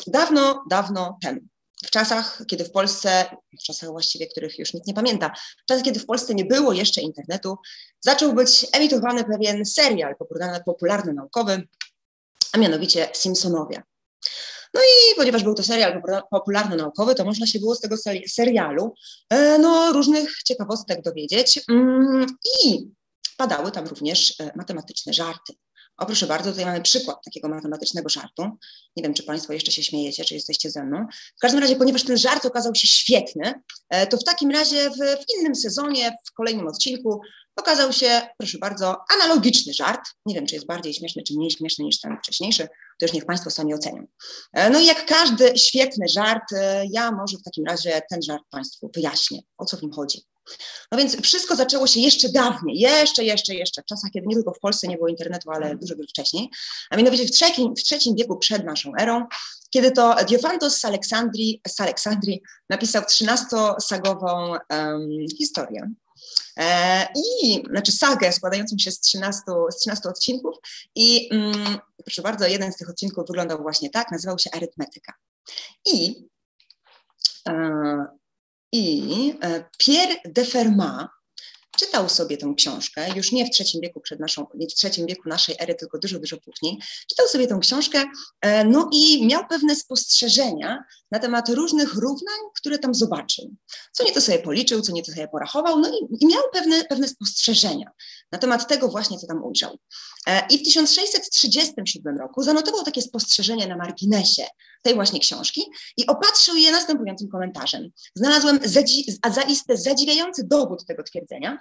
dawno, dawno temu, w czasach, kiedy w Polsce, w czasach właściwie, których już nikt nie pamięta, w czasach, kiedy w Polsce nie było jeszcze internetu, zaczął być emitowany pewien serial popularno-naukowy, a mianowicie Simpsonowie. No i ponieważ był to serial popularno-naukowy, to można się było z tego serialu różnych ciekawostek dowiedzieć i padały tam również matematyczne żarty. O, proszę bardzo, tutaj mamy przykład takiego matematycznego żartu. Nie wiem, czy Państwo jeszcze się śmiejecie, czy jesteście ze mną. W każdym razie, ponieważ ten żart okazał się świetny, to w takim razie w innym sezonie, w kolejnym odcinku okazał się, proszę bardzo, analogiczny żart. Nie wiem, czy jest bardziej śmieszny, czy mniej śmieszny niż ten wcześniejszy. To już niech Państwo sami ocenią. No i jak każdy świetny żart, ja może w takim razie ten żart Państwu wyjaśnię, o co w nim chodzi. No więc wszystko zaczęło się jeszcze dawniej, jeszcze, w czasach, kiedy nie tylko w Polsce nie było internetu, ale dużo wcześniej, a mianowicie w III wieku przed naszą erą, kiedy to Diofantos z Aleksandrii napisał 13-sagową historię. Znaczy sagę składającą się z 13 odcinków i proszę bardzo, jeden z tych odcinków wyglądał właśnie tak, nazywał się Arytmetyka. Pierre de Fermat czytał sobie tę książkę, już nie w III wieku naszej ery, tylko dużo, dużo później. Czytał sobie tę książkę, no i miał pewne spostrzeżenia na temat różnych równań, które tam zobaczył. Co nieco sobie policzył, co nieco sobie porachował, no i miał pewne spostrzeżenia na temat tego właśnie, co tam ujrzał. I w 1637 roku zanotował takie spostrzeżenie na marginesie tej właśnie książki i opatrzył je następującym komentarzem. Znalazłem zaiste zadziwiający dowód tego twierdzenia.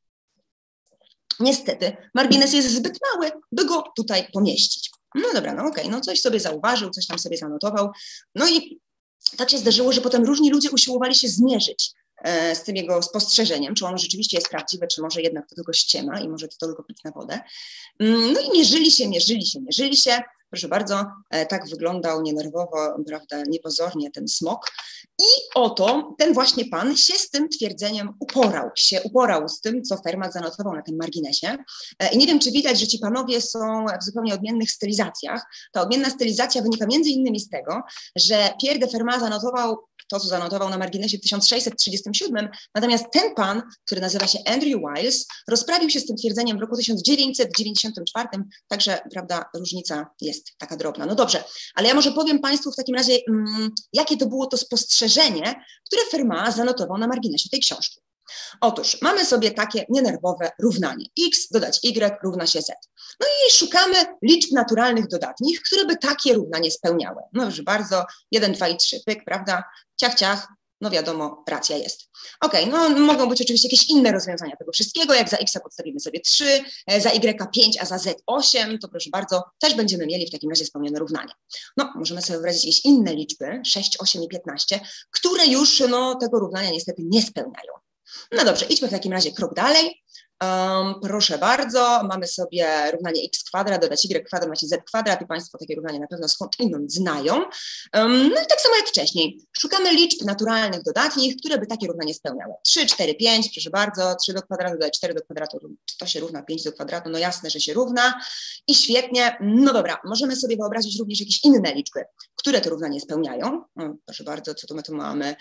Niestety, margines jest zbyt mały, by go tutaj pomieścić. No dobra, no okej, no coś sobie zauważył, coś tam sobie zanotował. No i tak się zdarzyło, że potem różni ludzie usiłowali się zmierzyć z tym jego spostrzeżeniem, czy ono rzeczywiście jest prawdziwe, czy może jednak to tylko ściema i może to tylko pić na wodę. No i mierzyli się. Proszę bardzo, tak wyglądał nienerwowo, prawda, niepozornie ten smok. I oto ten właśnie pan się z tym twierdzeniem uporał z tym, co Fermat zanotował na tym marginesie. I nie wiem, czy widać, że ci panowie są w zupełnie odmiennych stylizacjach. Ta odmienna stylizacja wynika między innymi z tego, że Pierre de Fermat zanotował to, co zanotował na marginesie w 1637, natomiast ten pan, który nazywa się Andrew Wiles, rozprawił się z tym twierdzeniem w roku 1994, także, prawda, różnica jest taka drobna. No dobrze, ale ja może powiem Państwu w takim razie, jakie to było to spostrzeżenie, które Fermat zanotował na marginesie tej książki. Otóż mamy sobie takie nienerwowe równanie. X dodać Y równa się Z. No i szukamy liczb naturalnych dodatnich, które by takie równanie spełniały. No już bardzo, 1, 2 i 3, pyk, prawda? Ciach, ciach, no wiadomo, racja jest. Okej, no mogą być oczywiście jakieś inne rozwiązania tego wszystkiego, jak za X podstawimy sobie 3, za Y 5, a za Z 8, to proszę bardzo, też będziemy mieli w takim razie spełnione równanie. No, możemy sobie wyobrazić jakieś inne liczby, 6, 8 i 15, które już tego równania niestety nie spełniają. No dobrze, idźmy w takim razie krok dalej. Proszę bardzo, mamy sobie równanie x kwadrat dodać y kwadrat macie z kwadrat i Państwo takie równanie na pewno skądinąd znają. No i tak samo jak wcześniej, szukamy liczb naturalnych dodatnich, które by takie równanie spełniały. 3, 4, 5, proszę bardzo, 3 do kwadratu dodać 4 do kwadratu, czy to się równa 5 do kwadratu? No jasne, że się równa i świetnie. No dobra, możemy sobie wyobrazić również jakieś inne liczby, które to równanie spełniają. Proszę bardzo, co tu my tu mamy?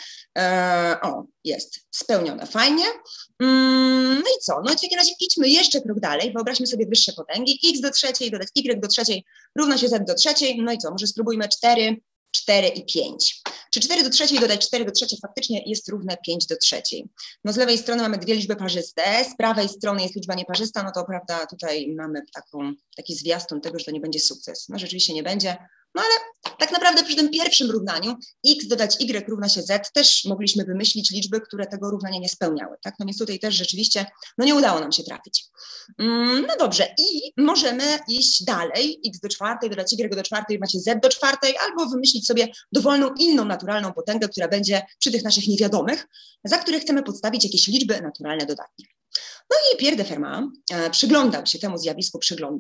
Jest spełnione, fajnie. No i co? No i w takim razie idźmy jeszcze krok dalej, wyobraźmy sobie wyższe potęgi, x do trzeciej dodać y do trzeciej równa się z do trzeciej, no i co? Może spróbujmy 4, 4 i 5. Czy 4 do trzeciej dodać 4 do trzeciej faktycznie jest równe 5 do trzeciej? No z lewej strony mamy dwie liczby parzyste, z prawej strony jest liczba nieparzysta, no to prawda, tutaj mamy taki zwiastun tego, że to nie będzie sukces. No rzeczywiście nie będzie, no ale tak naprawdę przy tym pierwszym równaniu x dodać y równa się z też mogliśmy wymyślić liczby, które tego równania nie spełniały, tak? No więc tutaj też rzeczywiście nie udało nam się trafić. No dobrze, i możemy iść dalej, x do czwartej dodać y do czwartej macie z do czwartej, albo wymyślić sobie dowolną inną naturalną potęgę, która będzie przy tych naszych niewiadomych, za które chcemy podstawić jakieś liczby naturalne dodatnie. No i Pierre de Fermat przyglądał się temu zjawisku,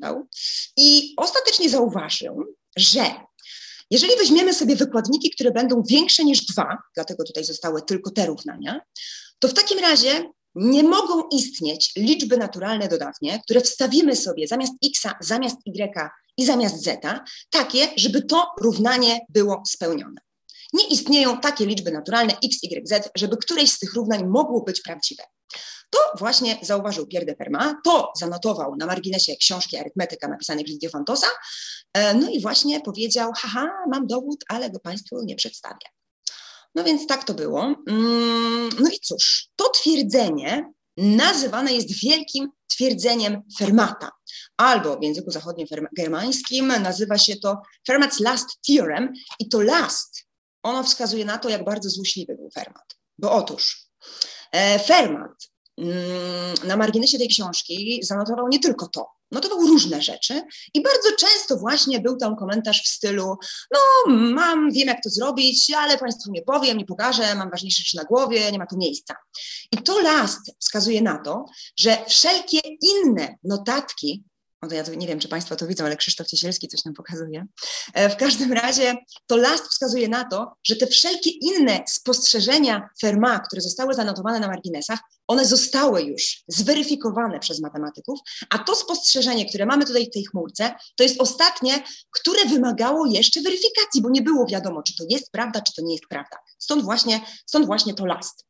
i ostatecznie zauważył, że jeżeli weźmiemy sobie wykładniki, które będą większe niż 2, dlatego tutaj zostały tylko te równania, to w takim razie nie mogą istnieć liczby naturalne dodatnie, które wstawimy sobie zamiast x, zamiast y i zamiast z, takie, żeby to równanie było spełnione. Nie istnieją takie liczby naturalne x, y, z, żeby któreś z tych równań mogło być prawdziwe. To właśnie zauważył Pierre de Fermat, to zanotował na marginesie książki Arytmetyka napisanej przez Diofantosa, no i właśnie powiedział, haha, mam dowód, ale go Państwu nie przedstawię. No więc tak to było. No i cóż, to twierdzenie nazywane jest wielkim twierdzeniem Fermata, albo w języku zachodniogermańskim nazywa się to Fermat's Last Theorem i to last, ono wskazuje na to, jak bardzo złośliwy był Fermat. Bo otóż Fermat na marginesie tej książki zanotował nie tylko to, notował różne rzeczy i bardzo często właśnie był tam komentarz w stylu, no wiem jak to zrobić, ale Państwu nie powiem, nie pokażę, mam ważniejsze rzeczy na głowie, nie ma tu miejsca. I to last wskazuje na to, że wszelkie inne notatki, ja nie wiem, czy Państwo to widzą, ale Krzysztof Ciesielski coś nam pokazuje. W każdym razie to last wskazuje na to, że te wszelkie inne spostrzeżenia Fermat, które zostały zanotowane na marginesach, one zostały już zweryfikowane przez matematyków, a to spostrzeżenie, które mamy tutaj w tej chmurce, to jest ostatnie, które wymagało jeszcze weryfikacji, bo nie było wiadomo, czy to jest prawda, czy to nie jest prawda. Stąd właśnie to last.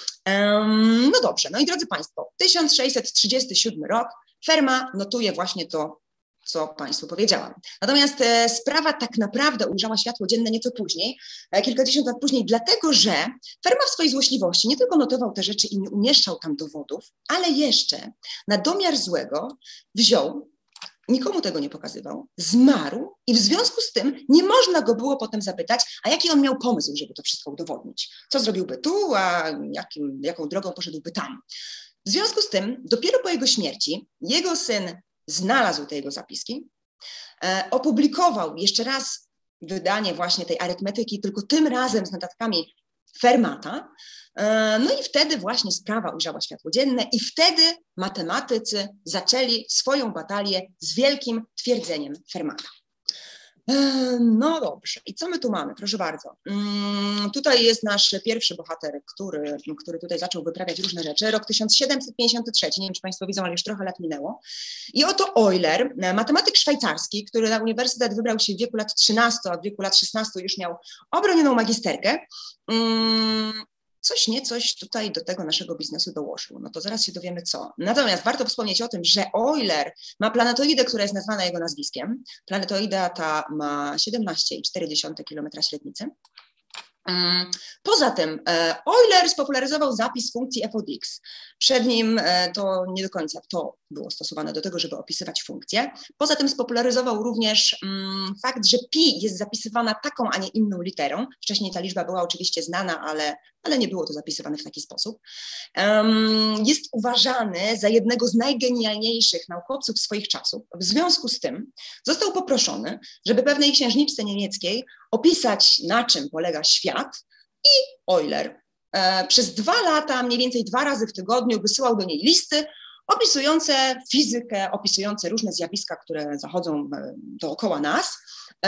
No dobrze, no i drodzy Państwo, 1637 rok, Fermat notuje właśnie to, co Państwu powiedziałam. Natomiast sprawa tak naprawdę ujrzała światło dzienne nieco później, kilkadziesiąt lat później, dlatego że Fermat w swojej złośliwości nie tylko notował te rzeczy i nie umieszczał tam dowodów, ale jeszcze na domiar złego wziął, nikomu tego nie pokazywał, zmarł i w związku z tym nie można go było potem zapytać, a jaki on miał pomysł, żeby to wszystko udowodnić. Co zrobiłby tu, a jaką drogą poszedłby tam. W związku z tym dopiero po jego śmierci jego syn znalazł te jego zapiski, opublikował jeszcze raz wydanie właśnie tej arytmetyki, tylko tym razem z notatkami Fermata, no i wtedy właśnie sprawa ujrzała światło dzienne i wtedy matematycy zaczęli swoją batalię z wielkim twierdzeniem Fermata. No dobrze, i co my tu mamy? Proszę bardzo. Tutaj jest nasz pierwszy bohater, który tutaj zaczął wyprawiać różne rzeczy. Rok 1753, nie wiem, czy Państwo widzą, ale już trochę lat minęło. I oto Euler, matematyk szwajcarski, który na uniwersytet wybrał się w wieku lat 13, a w wieku lat 16 już miał obronioną magisterkę. Coś tutaj do tego naszego biznesu dołożył. No to zaraz się dowiemy co. Natomiast warto wspomnieć o tym, że Euler ma planetoidę, która jest nazwana jego nazwiskiem. Planetoida ta ma 17,4 km średnicy. Poza tym Euler spopularyzował zapis funkcji f od x. Przed nim to nie do końca to było stosowane do tego, żeby opisywać funkcję. Poza tym spopularyzował również fakt, że pi jest zapisywana taką, a nie inną literą. Wcześniej ta liczba była oczywiście znana, ale nie było to zapisywane w taki sposób. Jest uważany za jednego z najgenialniejszych naukowców swoich czasów. W związku z tym został poproszony, żeby pewnej księżniczce niemieckiej opisać, na czym polega świat, i Euler przez 2 lata, mniej więcej 2 razy w tygodniu wysyłał do niej listy opisujące fizykę, opisujące różne zjawiska, które zachodzą dookoła nas.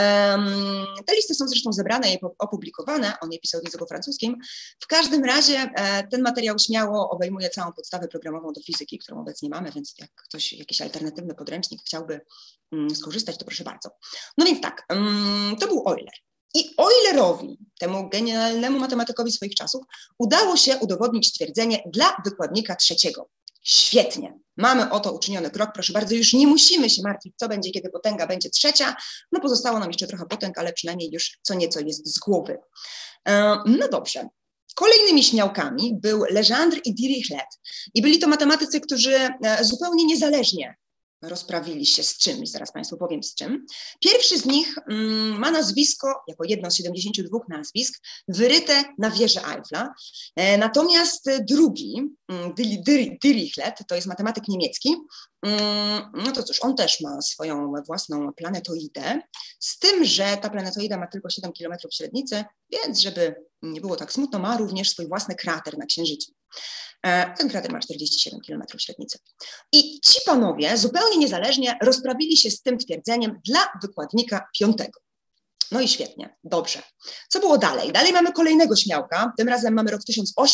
Te listy są zresztą zebrane i opublikowane, on je pisał w języku francuskim. W każdym razie ten materiał śmiało obejmuje całą podstawę programową do fizyki, którą obecnie mamy, więc jak ktoś jakiś alternatywny podręcznik chciałby skorzystać, to proszę bardzo. No więc tak, to był Euler. I Eulerowi, temu genialnemu matematykowi swoich czasów, udało się udowodnić twierdzenie dla wykładnika trzeciego. Świetnie. Mamy oto uczyniony krok, proszę bardzo, już nie musimy się martwić, co będzie, kiedy potęga będzie trzecia. No pozostało nam jeszcze trochę potęg, ale przynajmniej już co nieco jest z głowy. No dobrze. Kolejnymi śmiałkami był Legendre i Dirichlet. I byli to matematycy, którzy zupełnie niezależnie rozprawili się z czymś, zaraz Państwu powiem z czym. Pierwszy z nich ma nazwisko, jako jedno z 72 nazwisk, wyryte na wieży Eiffla. Natomiast drugi, Dirichlet, to jest matematyk niemiecki, no to cóż, on też ma swoją własną planetoidę, z tym, że ta planetoida ma tylko 7 km średnicy, więc żeby nie było tak smutno, ma również swój własny krater na Księżycu. Ten krater ma 47 km średnicy. I ci panowie zupełnie niezależnie rozprawili się z tym twierdzeniem dla wykładnika piątego. No i świetnie, dobrze. Co było dalej? Dalej mamy kolejnego śmiałka, tym razem mamy rok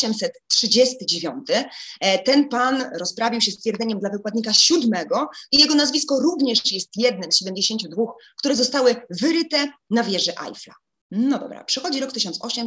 1839. Ten pan rozprawił się z twierdzeniem dla wykładnika 7 i jego nazwisko również jest jednym z 72, które zostały wyryte na wieży Eiffla. No dobra, przychodzi rok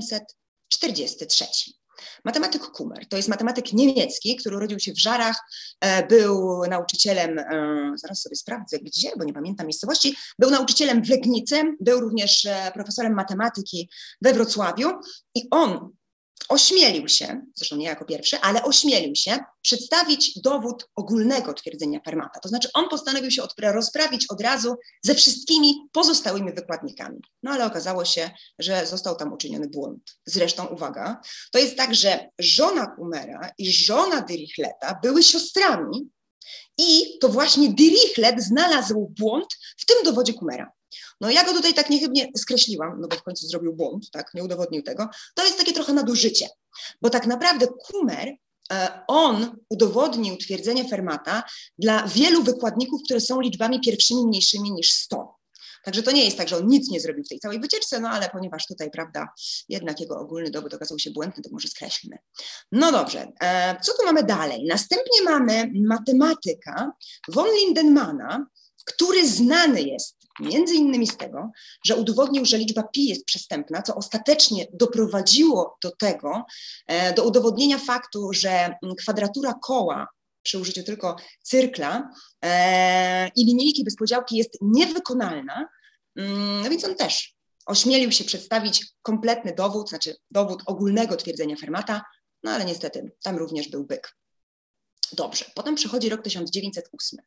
1843. Matematyk Kummer, to jest matematyk niemiecki, który urodził się w Żarach, był nauczycielem, zaraz sobie sprawdzę gdzie, bo nie pamiętam miejscowości, był nauczycielem w Legnicy, był również profesorem matematyki we Wrocławiu i on ośmielił się, zresztą nie jako pierwszy, ale ośmielił się przedstawić dowód ogólnego twierdzenia Fermata. To znaczy on postanowił się rozprawić od razu ze wszystkimi pozostałymi wykładnikami. No ale okazało się, że został tam uczyniony błąd. Zresztą uwaga, to jest tak, że żona Kummera i żona Dirichleta były siostrami i to właśnie Dirichlet znalazł błąd w tym dowodzie Kummera. No ja go tutaj tak niechybnie skreśliłam, no bo w końcu zrobił błąd, tak, nie udowodnił tego. To jest takie trochę nadużycie, bo tak naprawdę Kummer, on udowodnił twierdzenie Fermata dla wielu wykładników, które są liczbami pierwszymi mniejszymi niż 100. Także to nie jest tak, że on nic nie zrobił w tej całej wycieczce, no ale ponieważ tutaj, prawda, jednak jego ogólny dowód okazał się błędny, to może skreślmy. No dobrze, co tu mamy dalej? Następnie mamy matematyka von Lindenmana, który znany jest między innymi z tego, że udowodnił, że liczba pi jest przestępna, co ostatecznie doprowadziło do tego, do udowodnienia faktu, że kwadratura koła przy użyciu tylko cyrkla i linijki bez podziałki jest niewykonalna, no więc on też ośmielił się przedstawić kompletny dowód, znaczy dowód ogólnego twierdzenia Fermata, no ale niestety tam również był byk. Dobrze, potem przychodzi rok 1908.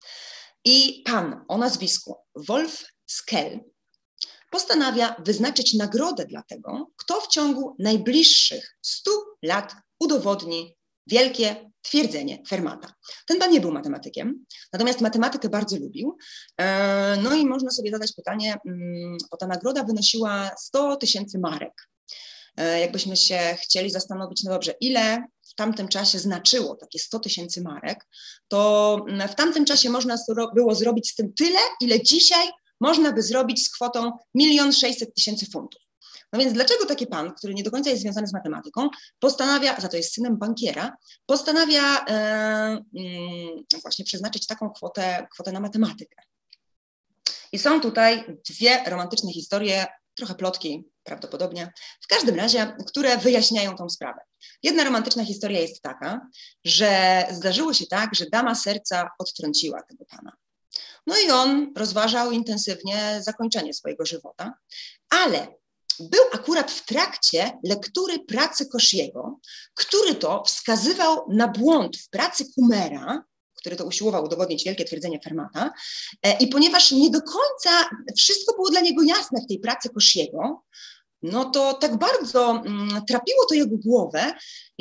I pan o nazwisku Wolf Skell postanawia wyznaczyć nagrodę dla tego, kto w ciągu najbliższych 100 lat udowodni wielkie twierdzenie Fermata. Ten pan nie był matematykiem, natomiast matematykę bardzo lubił. No i można sobie zadać pytanie, bo ta nagroda wynosiła 100 000 marek. Jakbyśmy się chcieli zastanowić, no dobrze, ile w tamtym czasie znaczyło takie 100 000 marek, to w tamtym czasie można było zrobić z tym tyle, ile dzisiaj można by zrobić z kwotą 1 600 000 funtów. No więc dlaczego taki pan, który nie do końca jest związany z matematyką, postanawia, za to jest synem bankiera, postanawia właśnie przeznaczyć taką kwotę na matematykę? I są tutaj dwie romantyczne historie, trochę plotki prawdopodobnie, w każdym razie, które wyjaśniają tą sprawę. Jedna romantyczna historia jest taka, że zdarzyło się tak, że dama serca odtrąciła tego pana. No i on rozważał intensywnie zakończenie swojego żywota, ale był akurat w trakcie lektury pracy Cauchy'ego, który to wskazywał na błąd w pracy Kummera, który to usiłował udowodnić wielkie twierdzenie Fermata. I ponieważ nie do końca wszystko było dla niego jasne w tej pracy Cauchy'ego, no to tak bardzo trapiło to jego głowę,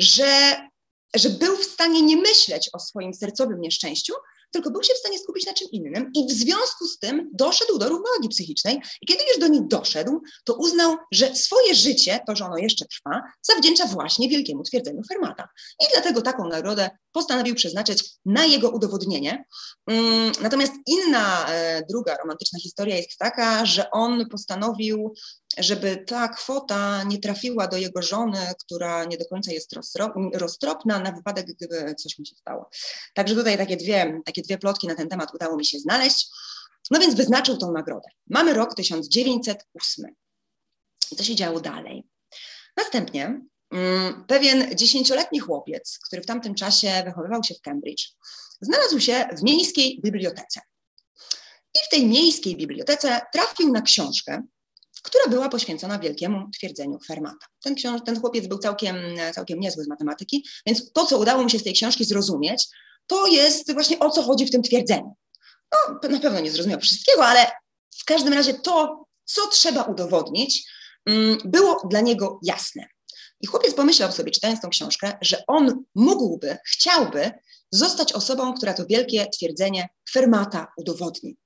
że był w stanie nie myśleć o swoim sercowym nieszczęściu, tylko był się w stanie skupić na czym innym i w związku z tym doszedł do równowagi psychicznej i kiedy już do niej doszedł, to uznał, że swoje życie, to, że ono jeszcze trwa, zawdzięcza właśnie wielkiemu twierdzeniu Fermata. I dlatego taką nagrodę postanowił przeznaczyć na jego udowodnienie. Natomiast inna, druga romantyczna historia jest taka, że on postanowił, żeby ta kwota nie trafiła do jego żony, która nie do końca jest roztropna na wypadek, gdyby coś mu się stało. Także tutaj takie dwie plotki na ten temat udało mi się znaleźć. No więc wyznaczył tą nagrodę. Mamy rok 1908. I co się działo dalej? Następnie pewien 10-letni chłopiec, który w tamtym czasie wychowywał się w Cambridge, znalazł się w miejskiej bibliotece. I w tej miejskiej bibliotece trafił na książkę, która była poświęcona wielkiemu twierdzeniu Fermata. Ten chłopiec był całkiem niezły z matematyki, więc to, co udało mu się z tej książki zrozumieć, to jest właśnie o co chodzi w tym twierdzeniu. No, na pewno nie zrozumiał wszystkiego, ale w każdym razie to, co trzeba udowodnić, było dla niego jasne. I chłopiec pomyślał sobie, czytając tą książkę, że on chciałby zostać osobą, która to wielkie twierdzenie Fermata udowodni.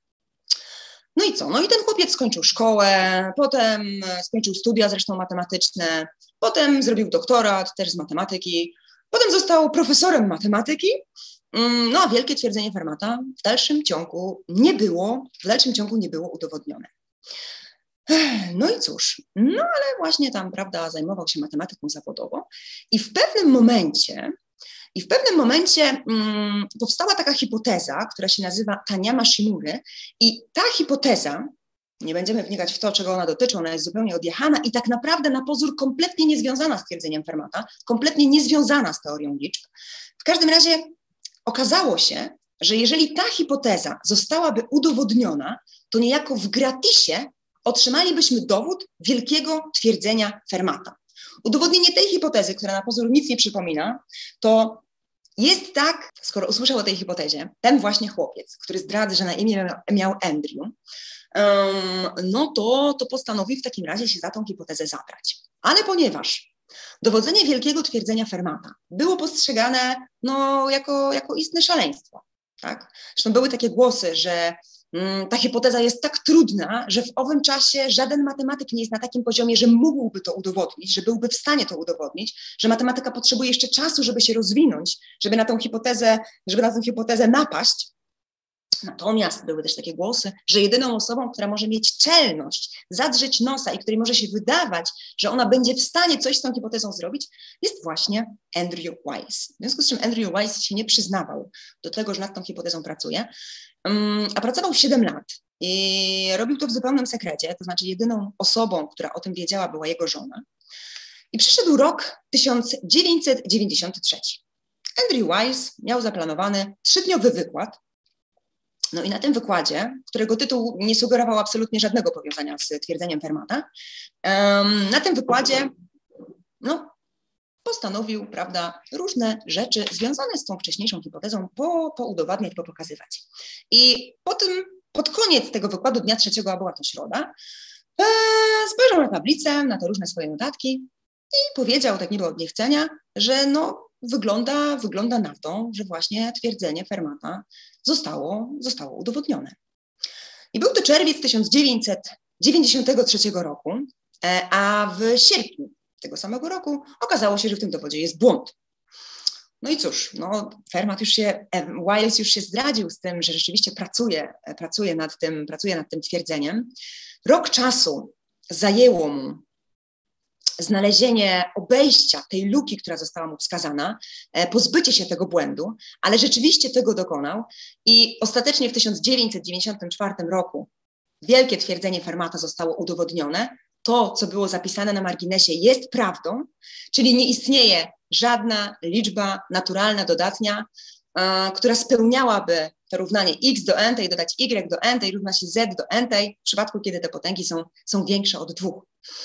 No i co? No i ten chłopiec skończył szkołę, potem skończył studia zresztą matematyczne, potem zrobił doktorat też z matematyki, potem został profesorem matematyki, no a wielkie twierdzenie Fermata w dalszym ciągu nie było udowodnione. No i cóż, no ale właśnie tam, prawda, zajmował się matematyką zawodową i w pewnym momencie powstała taka hipoteza, która się nazywa Taniyama Shimury i ta hipoteza, nie będziemy wnikać w to, czego ona dotyczy, ona jest zupełnie odjechana i tak naprawdę na pozór kompletnie niezwiązana z twierdzeniem Fermata, kompletnie niezwiązana z teorią liczb. W każdym razie okazało się, że jeżeli ta hipoteza zostałaby udowodniona, to niejako w gratisie otrzymalibyśmy dowód wielkiego twierdzenia Fermata. Udowodnienie tej hipotezy, która na pozór nic nie przypomina, to jest tak, skoro usłyszał o tej hipotezie, ten właśnie chłopiec, który zdradzę, że na imię miał Andrew, no to postanowił w takim razie się za tą hipotezę zabrać. Ale ponieważ dowodzenie wielkiego twierdzenia Fermata było postrzegane jako istne szaleństwo, tak? Zresztą były takie głosy, że ta hipoteza jest tak trudna, że w owym czasie żaden matematyk nie jest na takim poziomie, że mógłby to udowodnić, że byłby w stanie to udowodnić, że matematyka potrzebuje jeszcze czasu, żeby się rozwinąć, żeby na tą hipotezę napaść. Natomiast były też takie głosy, że jedyną osobą, która może mieć czelność, zadrzeć nosa i której może się wydawać, że ona będzie w stanie coś z tą hipotezą zrobić, jest właśnie Andrew Wiles. W związku z czym Andrew Wiles się nie przyznawał do tego, że nad tą hipotezą pracuje, a pracował 7 lat i robił to w zupełnym sekrecie, to znaczy jedyną osobą, która o tym wiedziała, była jego żona. I przyszedł rok 1993. Andrew Wiles miał zaplanowany 3-dniowy wykład. No i na tym wykładzie, którego tytuł nie sugerował absolutnie żadnego powiązania z twierdzeniem Fermata, na tym wykładzie postanowił, prawda, różne rzeczy związane z tą wcześniejszą hipotezą poudowadniać, pokazywać. I pod koniec tego wykładu, dnia 3, a była to środa, spojrzał na tablicę, na te różne swoje notatki i powiedział tak niby od niechcenia, że wygląda na to, że właśnie twierdzenie Fermata zostało udowodnione. I był to czerwiec 1993 roku, a w sierpniu tego samego roku okazało się, że w tym dowodzie jest błąd. No i cóż, Wiles już się zdradził z tym, że rzeczywiście pracuje nad tym twierdzeniem. Rok czasu zajęło mu znalezienie obejścia tej luki, która została mu wskazana, pozbycie się tego błędu, ale rzeczywiście tego dokonał i ostatecznie w 1994 roku wielkie twierdzenie Fermata zostało udowodnione. To, co było zapisane na marginesie, jest prawdą, czyli nie istnieje żadna liczba naturalna, dodatnia, która spełniałaby to równanie x do n dodać y do n równa się z do n w przypadku, kiedy te potęgi są większe od 2.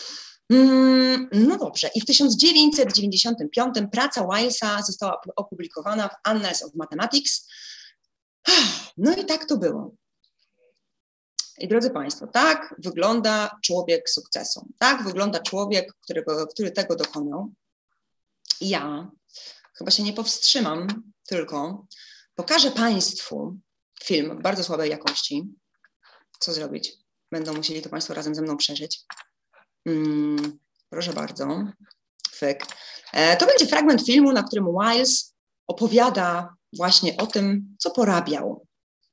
No dobrze, i w 1995 praca Wilesa została opublikowana w Annals of Mathematics. No i tak to było. I drodzy Państwo, tak wygląda człowiek sukcesu. Tak wygląda człowiek, który tego dokonał. I ja chyba się nie powstrzymam, tylko pokażę Państwu film w bardzo słabej jakości. Co zrobić? Będą musieli to Państwo razem ze mną przeżyć. Proszę bardzo. Fyk. To będzie fragment filmu, na którym Wiles opowiada właśnie o tym, co porabiał.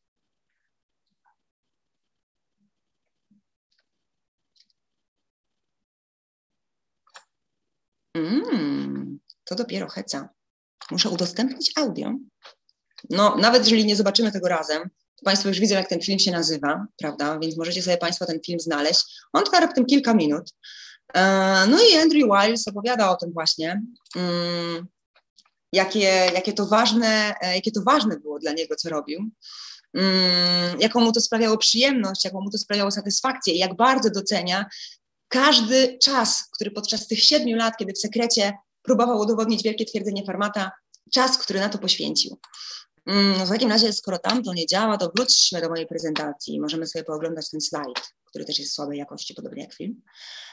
To dopiero heca. Muszę udostępnić audio. No, nawet jeżeli nie zobaczymy tego razem, to Państwo już widzą, jak ten film się nazywa, prawda? Więc możecie sobie Państwo ten film znaleźć. On trwa raptem kilka minut. No i Andrew Wiles opowiada o tym właśnie, jakie to ważne było dla niego, co robił, jaką mu to sprawiało przyjemność, jaką mu to sprawiało satysfakcję i jak bardzo docenia każdy czas, który podczas tych 7 lat, kiedy w sekrecie próbował udowodnić wielkie twierdzenie Fermata, czas, który na to poświęcił. No w takim razie, skoro tam to nie działa, to wróćmy do mojej prezentacji. Możemy sobie pooglądać ten slajd, który też jest słabej jakości, podobnie jak film.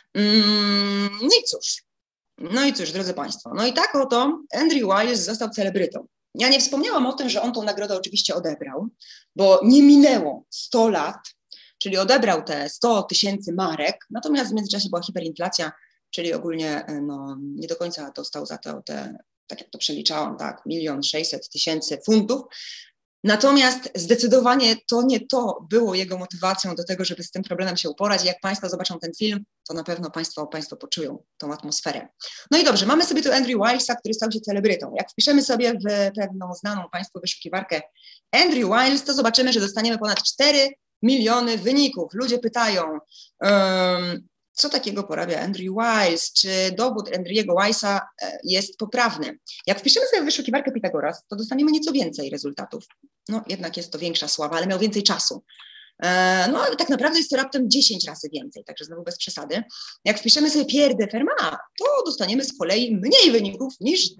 No i cóż, drodzy Państwo, no i tak oto Andrew Wiles został celebrytą. Ja nie wspomniałam o tym, że on tą nagrodę oczywiście odebrał, bo nie minęło 100 lat, czyli odebrał te 100 000 marek, natomiast w międzyczasie była hiperinflacja, czyli ogólnie nie do końca dostał za to tak jak to przeliczałam, tak, 1 600 000 funtów, Natomiast zdecydowanie to nie to było jego motywacją do tego, żeby z tym problemem się uporać. Jak Państwo zobaczą ten film, to na pewno Państwo poczują tą atmosferę. No i dobrze, mamy sobie tu Andrew Wilesa, który stał się celebrytą. Jak wpiszemy sobie w pewną znaną Państwu wyszukiwarkę Andrew Wiles, to zobaczymy, że dostaniemy ponad 4 miliony wyników. Ludzie pytają, co takiego porabia Andrew Wiles? Czy dowód Andrewiego Wilesa jest poprawny? Jak wpiszemy sobie w wyszukiwarkę Pitagoras, to dostaniemy nieco więcej rezultatów. No jednak jest to większa sława, ale miał więcej czasu. No ale tak naprawdę jest to raptem 10 razy więcej, także znowu bez przesady. Jak wpiszemy sobie Pierre de Fermat, to dostaniemy z kolei mniej wyników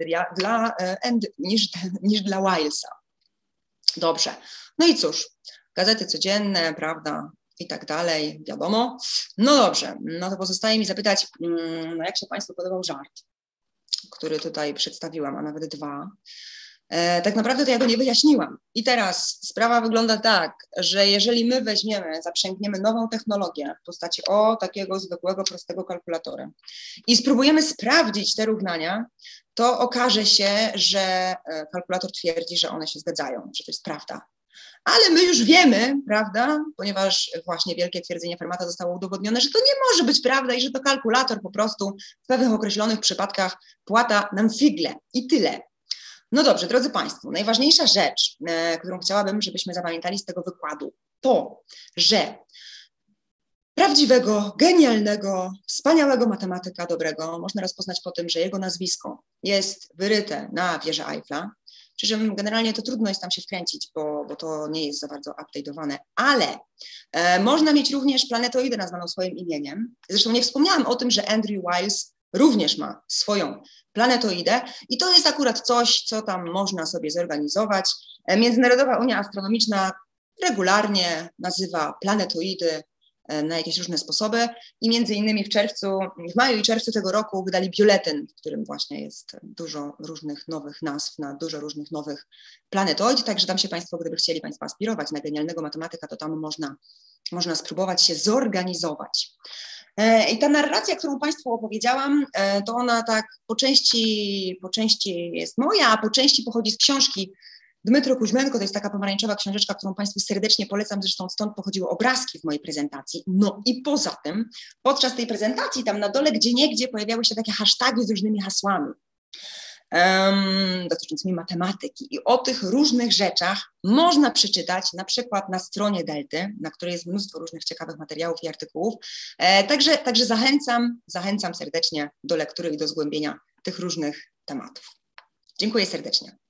niż dla Wilesa. Dobrze, no i cóż, gazety codzienne, prawda, i tak dalej, wiadomo. No dobrze, no to pozostaje mi zapytać, no jak się Państwu podobał żart, który tutaj przedstawiłam, a nawet dwa. Tak naprawdę to ja go nie wyjaśniłam. I teraz sprawa wygląda tak, że jeżeli my weźmiemy, zaprzęgniemy nową technologię w postaci takiego zwykłego, prostego kalkulatora i spróbujemy sprawdzić te równania, to okaże się, że kalkulator twierdzi, że one się zgadzają, że to jest prawda. Ale my już wiemy, prawda, ponieważ właśnie wielkie twierdzenie Fermata zostało udowodnione, że to nie może być prawda i że to kalkulator po prostu w pewnych określonych przypadkach płata nam figle i tyle. No dobrze, drodzy Państwo, najważniejsza rzecz, którą chciałabym, żebyśmy zapamiętali z tego wykładu, to, że prawdziwego, genialnego, wspaniałego matematyka dobrego można rozpoznać po tym, że jego nazwisko jest wyryte na wieży Eiffla. Przy czym generalnie to trudno jest tam się wkręcić, bo to nie jest za bardzo update'owane, ale można mieć również planetoidę nazwaną swoim imieniem. Zresztą nie wspomniałam o tym, że Andrew Wiles również ma swoją planetoidę i to jest akurat coś, co tam można sobie zorganizować. Międzynarodowa Unia Astronomiczna regularnie nazywa planetoidy na jakieś różne sposoby i między innymi w maju i czerwcu tego roku wydali biuletyn, w którym właśnie jest dużo różnych nowych nazw na dużo różnych nowych planetoid, także tam się Państwo, gdyby chcieli Państwo aspirować na genialnego matematyka, to tam można spróbować się zorganizować. I ta narracja, którą Państwu opowiedziałam, to ona tak po części jest moja, a po części pochodzi z książki Dmytro Kuźmenko, to jest taka pomarańczowa książeczka, którą Państwu serdecznie polecam, zresztą stąd pochodziły obrazki w mojej prezentacji. No i poza tym, podczas tej prezentacji tam na dole gdzieniegdzie pojawiały się takie hasztagi z różnymi hasłami dotyczącymi matematyki. I o tych różnych rzeczach można przeczytać na przykład na stronie Delty, na której jest mnóstwo różnych ciekawych materiałów i artykułów. Także zachęcam serdecznie do lektury i do zgłębienia tych różnych tematów. Dziękuję serdecznie.